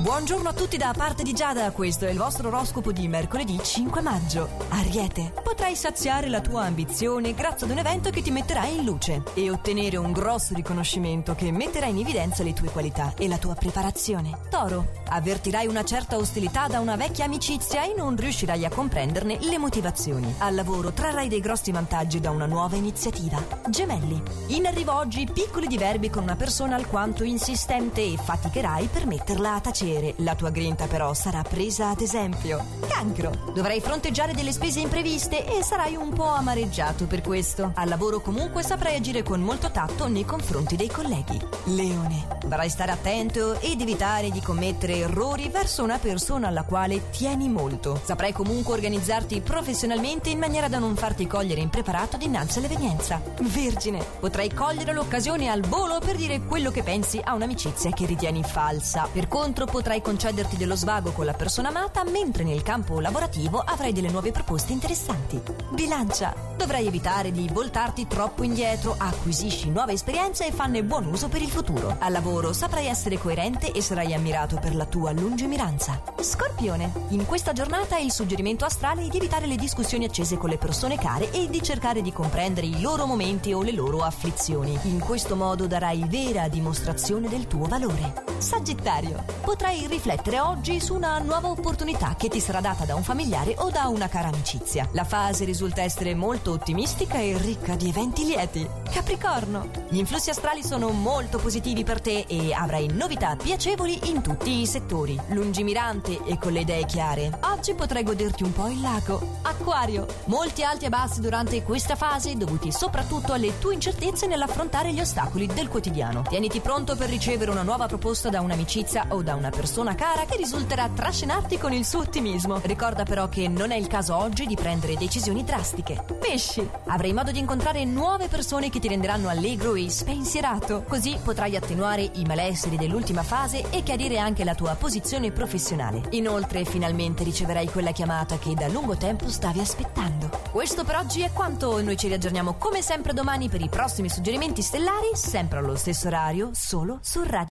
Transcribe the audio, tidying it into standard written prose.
Buongiorno a tutti da parte di Giada, questo è il vostro oroscopo di mercoledì 5 maggio. Ariete, potrai saziare la tua ambizione grazie ad un evento che ti metterà in luce e ottenere un grosso riconoscimento che metterà in evidenza le tue qualità e la tua preparazione. Toro, avvertirai una certa ostilità da una vecchia amicizia e non riuscirai a comprenderne le motivazioni. Al lavoro trarrai dei grossi vantaggi da una nuova iniziativa. Gemelli, in arrivo oggi piccoli diverbi con una persona alquanto insistente e faticherai per metterla a tacere. La tua grinta però sarà presa ad esempio. Cancro, dovrai fronteggiare delle spese impreviste e sarai un po' amareggiato per questo. Al lavoro comunque saprai agire con molto tatto nei confronti dei colleghi. Leone, dovrai stare attento ed evitare di commettere errori verso una persona alla quale tieni molto. Saprai comunque organizzarti professionalmente in maniera da non farti cogliere impreparato dinanzi all'evenienza. Vergine, potrai cogliere l'occasione al volo per dire quello che pensi a un'amicizia che ritieni falsa. Per contro potrai concederti dello svago con la persona amata, mentre nel campo lavorativo avrai delle nuove proposte interessanti. Bilancia, dovrai evitare di voltarti troppo indietro, acquisisci nuove esperienze e fanne buon uso per il futuro. Al lavoro saprai essere coerente e sarai ammirato per la tua lungimiranza. Scorpione, in questa giornata il suggerimento astrale è di evitare le discussioni accese con le persone care e di cercare di comprendere i loro momenti o le loro afflizioni. In questo modo darai vera dimostrazione del tuo valore. Sagittario, potrai riflettere oggi su una nuova opportunità che ti sarà data da un familiare o da una cara amicizia. La fase risulta essere molto ottimistica e ricca di eventi lieti. Capricorno, gli influssi astrali sono molto positivi per te e avrai novità piacevoli in tutti i settori. Lungimirante e con le idee chiare, oggi potrai goderti un po' il lago. Acquario, molti alti e bassi durante questa fase dovuti soprattutto alle tue incertezze nell'affrontare gli ostacoli del quotidiano. Tieniti pronto per ricevere una nuova proposta da un'amicizia o da una persona cara che risulterà trascinarti con il suo ottimismo. Ricorda però che non è il caso oggi di prendere decisioni drastiche. Pesci, avrai modo di incontrare nuove persone che ti renderanno allegro e spensierato. Così potrai attenuare i malesseri dell'ultima fase e chiarire anche la tua posizione professionale. Inoltre finalmente riceverai quella chiamata che da lungo tempo stavi aspettando. Questo per oggi è quanto. Noi ci riaggiorniamo come sempre domani per i prossimi suggerimenti stellari, sempre allo stesso orario, solo su Radio